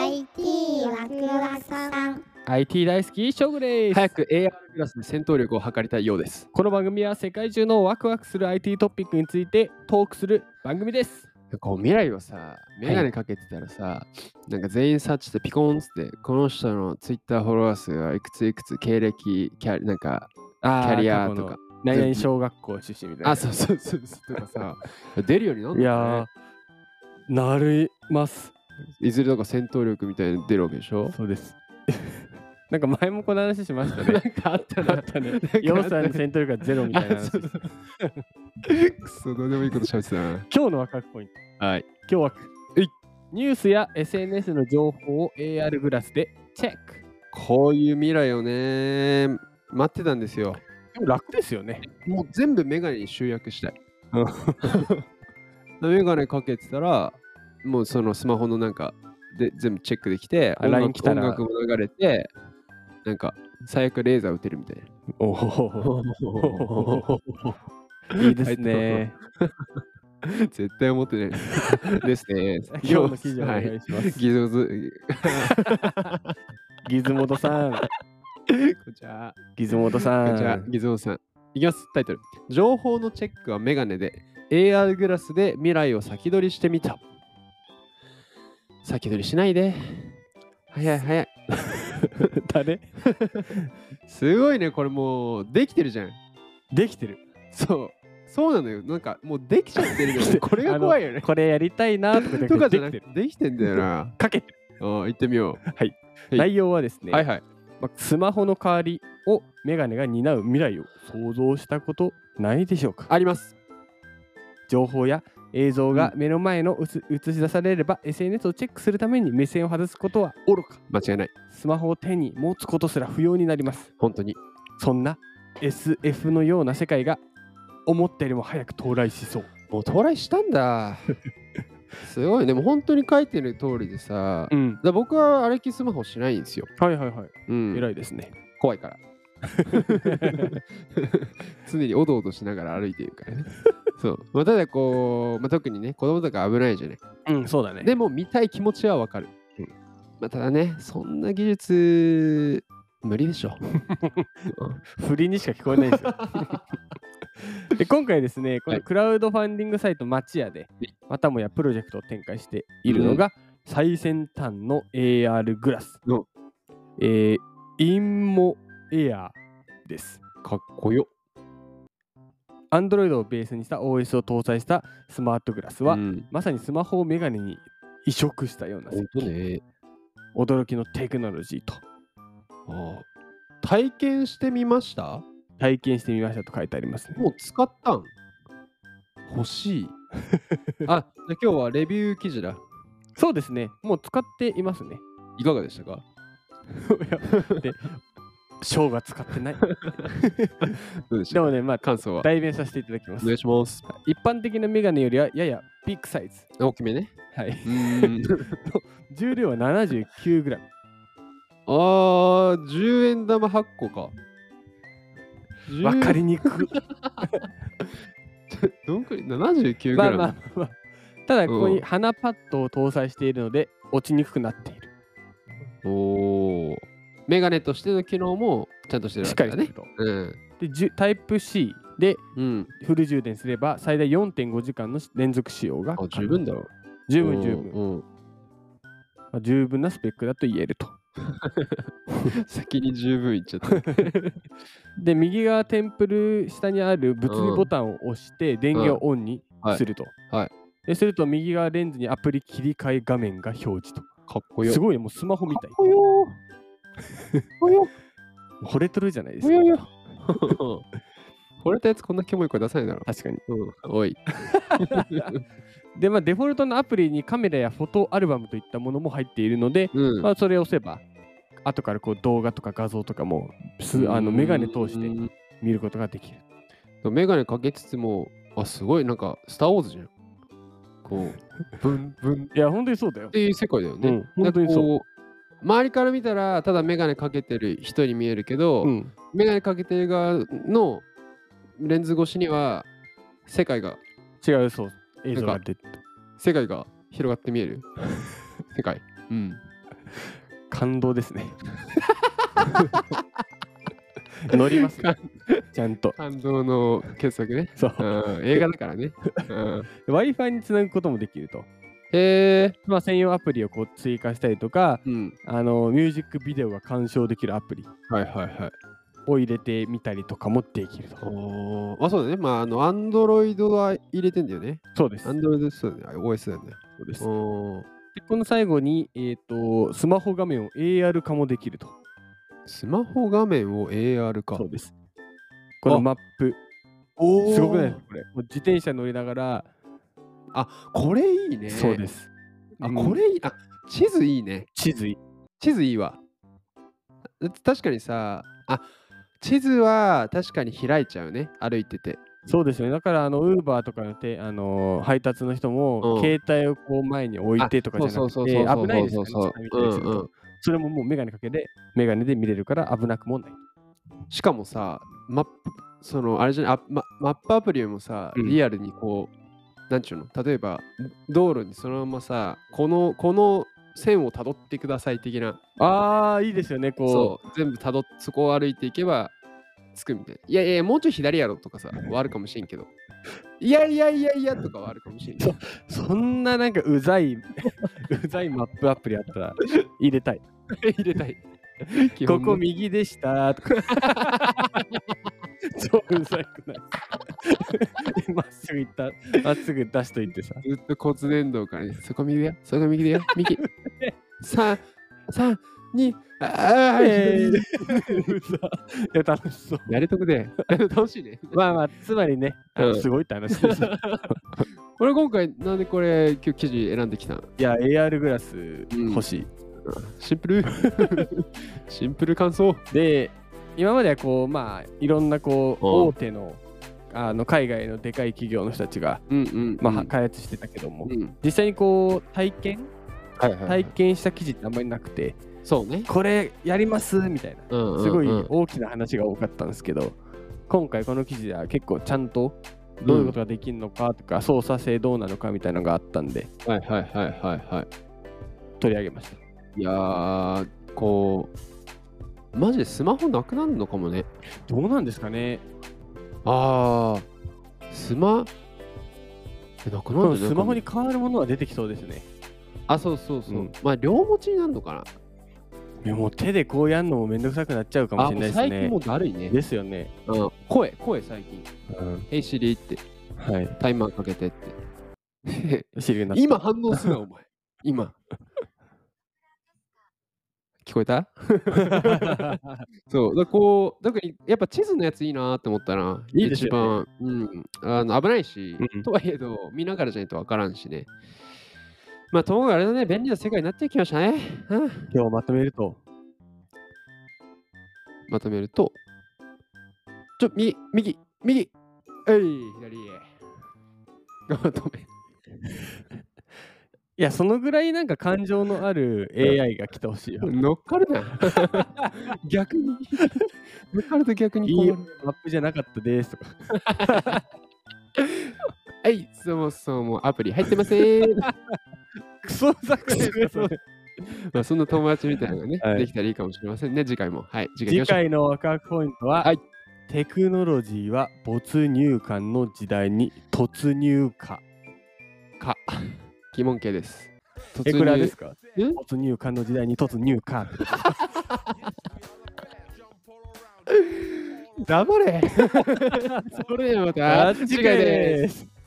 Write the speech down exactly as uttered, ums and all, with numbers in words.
イティー ワクワクさんアイティー 大好きショグです。 早く エーアール グラスで戦闘力を測りたいようです。 この番組は世界中のワクワクする アイティー トピックについてトークする番組です。 こう未来をさ、メガネかけてたらさ、はい、なんか全員サーチしてピコーンって、この人のツイッターフォロワー数はいくついくつ、経歴、キャなんかキャリアとか。 何々小学校出身みたいな。 あ、そうそうそうそうとかさ、出るようになるんだよね。 いやー、なります。 いずれとか戦闘力みたいに出るわけでしょ。 そうです。なんか前もこの話しましたね。 なんかあったね。 あったね。ヨウさんの戦闘力がゼロみたいな話。 くそ、どうでもいいこと喋ってたな。 今日のワクワクポイント。 はい。 今日はニュースや エスエヌエス の情報を エーアール グラスでチェック。 こういう未来をね、待ってたんですよ。 でも楽ですよね。 もう全部メガネに集約したい。メガネかけてたら、もうそのスマホのなんかで全部チェックできて、音楽, 音楽も流れて、なんか最悪レーザー撃てるみたいな。 おおいいですね。 絶対思ってないですね。 今日の記事をお願いします。はい、 ギズモズギズモドさん。 こんにちは。 ギズモドさん。 こんにちは。ギズモドさん。いきます。タイトル。情報のチェックはメガネで エーアール グラスで未来を先取りしてみた。先取りしないで。早い早い。 誰すごいね、これもうできてるじゃん。 できてる。 そう。そうなのよ。なんかもうできちゃってるよね。これが怖いよね。 これやりたいなとかとかじゃなくてできてんだよな。 かけて。 ああ、行ってみよう。 はい。内容はですね、 はいはい。 まあ、スマホの代わりをメガネが担う未来を想像したことないでしょうか。 あります。 情報や映像が目の前の映し出されれば、うん、エスエヌエス をチェックするために目線を外すことは愚か。 間違いない。 スマホを手に持つことすら不要になります。 本当に。 そんな エスエフ のような世界が思ったよりも早く到来しそう。 もう到来したんだ。すごい。でも本当に書いてる通りでさ、うん、だ僕は歩きスマホしないんですよ。 はいはいはい。 うん、 偉いですね。 怖いから。常におどおどしながら歩いているからね。そう。まあ、ただこう、まあ、特にね、子供とか危ないじゃない。 うん、そうだね。 でも見たい気持ちはわかる。うん、まあ、ただね、そんな技術、無理でしょ。 振りにしか聞こえないですよ。で今回ですね、このクラウドファンディングサイト町屋で、またもやプロジェクトを展開しているのが、最先端の エーアール グラス、 うん、 えー、インモエアです。 かっこよ。 Android をベースにした オーエス を搭載したスマートグラスは、うん、まさにスマホをメガネに移植したような、 ね、 驚きのテクノロジーと。 ああ、体験してみました？ 体験してみましたと書いてありますね。 もう使ったん？欲しい。あ、じゃ今日はレビュー記事だ。 そうですね。もう使っていますね。 いかがでしたか？ で、ショーが使ってない。 どうでしでもね、まあ、 感想は代弁させていただきます。 お願いします。 一般的なメガネよりはややビッグサイズ。 大きめね。 はい。重量は ななじゅうきゅうグラム。 あー、じゅうえん玉はっこか。 わかりにくい。 どんくらい ?ななじゅうきゅうグラム。 まあまあまあ、ただ、ここに鼻パッドを搭載しているので、落ちにくくなっている。 おー。メガネとしての機能もちゃんとしてるわけだね。 しっかりしてると。うん、で、タイプ C でフル充電すれば、最大 よんてんごじかんの連続使用が可能。 あ、十分だろう。 十分十分。うん、まあ、十分なスペックだと言えると。 先に十分いっちゃった。 で、右側テンプル下にある物理ボタンを押して電源をオンにすると。 うん、はい。 ですると右側レンズにアプリ切り替え画面が表示と。 かっこよ。 すごいね、もうスマホみたい。 かっこよ。 ほよ。惚れとるじゃないですか。 ほよよ。惚れたやつこんなキモい声出さないだろ。 確かに。 うん、おい。 で、まあ、デフォルトのアプリにカメラやフォトアルバムといったものも入っているので、うん、まあ、それを押せば、後からこう動画とか画像とかもあのメガネ通して見ることができる。 メガネかけつつも、あ、すごい、なんか、スター・ウォーズじゃん。こう、ブンブン。 いや、本当にそうだよ。 っていう世界だよね。うん、 本当にそう。 周りから見たら、ただメガネかけてる人に見えるけど、うん、メガネかけてる側のレンズ越しには、世界が。 違う、そう。映像が出て世界が広がって見える。世界。うん。 感動ですね。乗りますかちゃんと。 感動の傑作ね。 そう。 うん、映画だからね。うん、 Wi-Fi につなぐこともできると。 へえ。 まあ、専用アプリをこう追加したりとか、 うん、 あのミュージックビデオが鑑賞できるアプリはいはいはい。 を入れてみたりとかもできると。 おーあ、そうだね。まあ、あの、Android は入れてんだよね。 そうです。 Android そうだね。オーエス だよね。 そうです。 おーでこの最後に、えーと、スマホ画面を エーアール 化もできると。 スマホ画面を エーアール 化。 そうです。このマップ。 おーすごくないですかこれ。もう自転車乗りながら。 あ、これいいね。 そうです。 あ、 うんこれいい。あ、地図いいね。 地図いい。 地図いいわ。確かにさ、あ、地図は確かに開いちゃうね。歩いてて。 そうですよね。だから、あの、ウーバーとかのて、あのー配達の人も、 うん携帯をこう前に置いてとかじゃなくて、 そうそうそうそう危ないですよね。 そうそう下見たりするとうんうんそれももうメガネかけて、メガネで見れるから危なくもない。 しかもさ、マップ、その、あれじゃない、あママップアプリもさ、 うんリアルにこう、なんちゅうの、例えば、道路にそのままさ、この、この線をたどってください的な、 ああ、いいですよね。こう、 そう、全部たどっ、そこを歩いていけば、着くみたいな。いやいや、もうちょい左やろとかさ、はあるかもしれんけど、いやいやいやいやとかはあるかもしれんけど。 そんななんかうざい、うざいマップアプリあったら入れたい。 入れたい。基こ本ねこ右でしたとか。超うざくない。まっすぐ行った、まっすぐ出しといてさ。 ずっと骨伝導からね、そこ右だよ、そこ右だよ、右。さん、さん、に、ああ、 えー、 左うざいや楽しそう。 やれとくで。楽しいね。 まあまあ、つまりね、あのうんすごいって話です。 これ今回、なんでこれ、今日記事選んできたのいや、エーアール グラス欲しい。 シンプル。シンプル感想。 で、今まではこう、まあ、いろんなこう、 うん大手の、あの海外のでかい企業の人たちが、 うんうん。 まあ、開発してたけども、 うん。 実際にこう、体験はいはい。 体験した記事ってあんまりなくて、 そうね。 これやりますみたいな、 うんうんうんすごい大きな話が多かったんですけど、今回この記事では結構ちゃんとどういうことができるのかとか、操作性どうなのかみたいなのがあったんで、 はいはいはいはいはい。 取り上げました。 いやー、こう、マジでスマホなくなるのかもね。 どうなんですかね。 あー、スマ、え、なくなるんじゃないスマホに変わるものは出てきそうですね。 あ、そうそうそう。 うんまあ、両持ちになるのかな。 いやもう手でこうやるのもめんどくさくなっちゃうかもしれないですね。 あもう最近もうだるいね。 ですよね。 うん、声、声最近。 うん、 ヘイシリって、 はい。 タイマーかけてって。 知りになった今反応すな、お前。今。聞こえたそう、だからこう、だからやっぱ地図のやついいなって思ったな。 いいですよね一番、うん、あの危ないし、 うんとはいえど、見ながらじゃないとわからんしね。まあ、ともかくあれだね、便利な世界になってきましたね。うん今日まとめると、 まとめると、ちょ、右、右、右、えい、左へ。まとめ。 いや、そのぐらいなんか感情のある エーアイが来てほしいよ。 乗っかるな。逆に。乗っかると逆にいい困る。 マップじゃなかったですとか。 はい、そもそもアプリ入ってません。 クソうざくないですかそれまあそんな友達みたいなのがね、 はいできたらいいかもしれませんね、次回も。はい、次回行きましょう次回のワクワクポイントは、 はいテクノロジーは没入感の時代に突入か。 か。疑問形です。 え、これあれですかん没入感の時代に突入か。 黙れそれではまた次回です。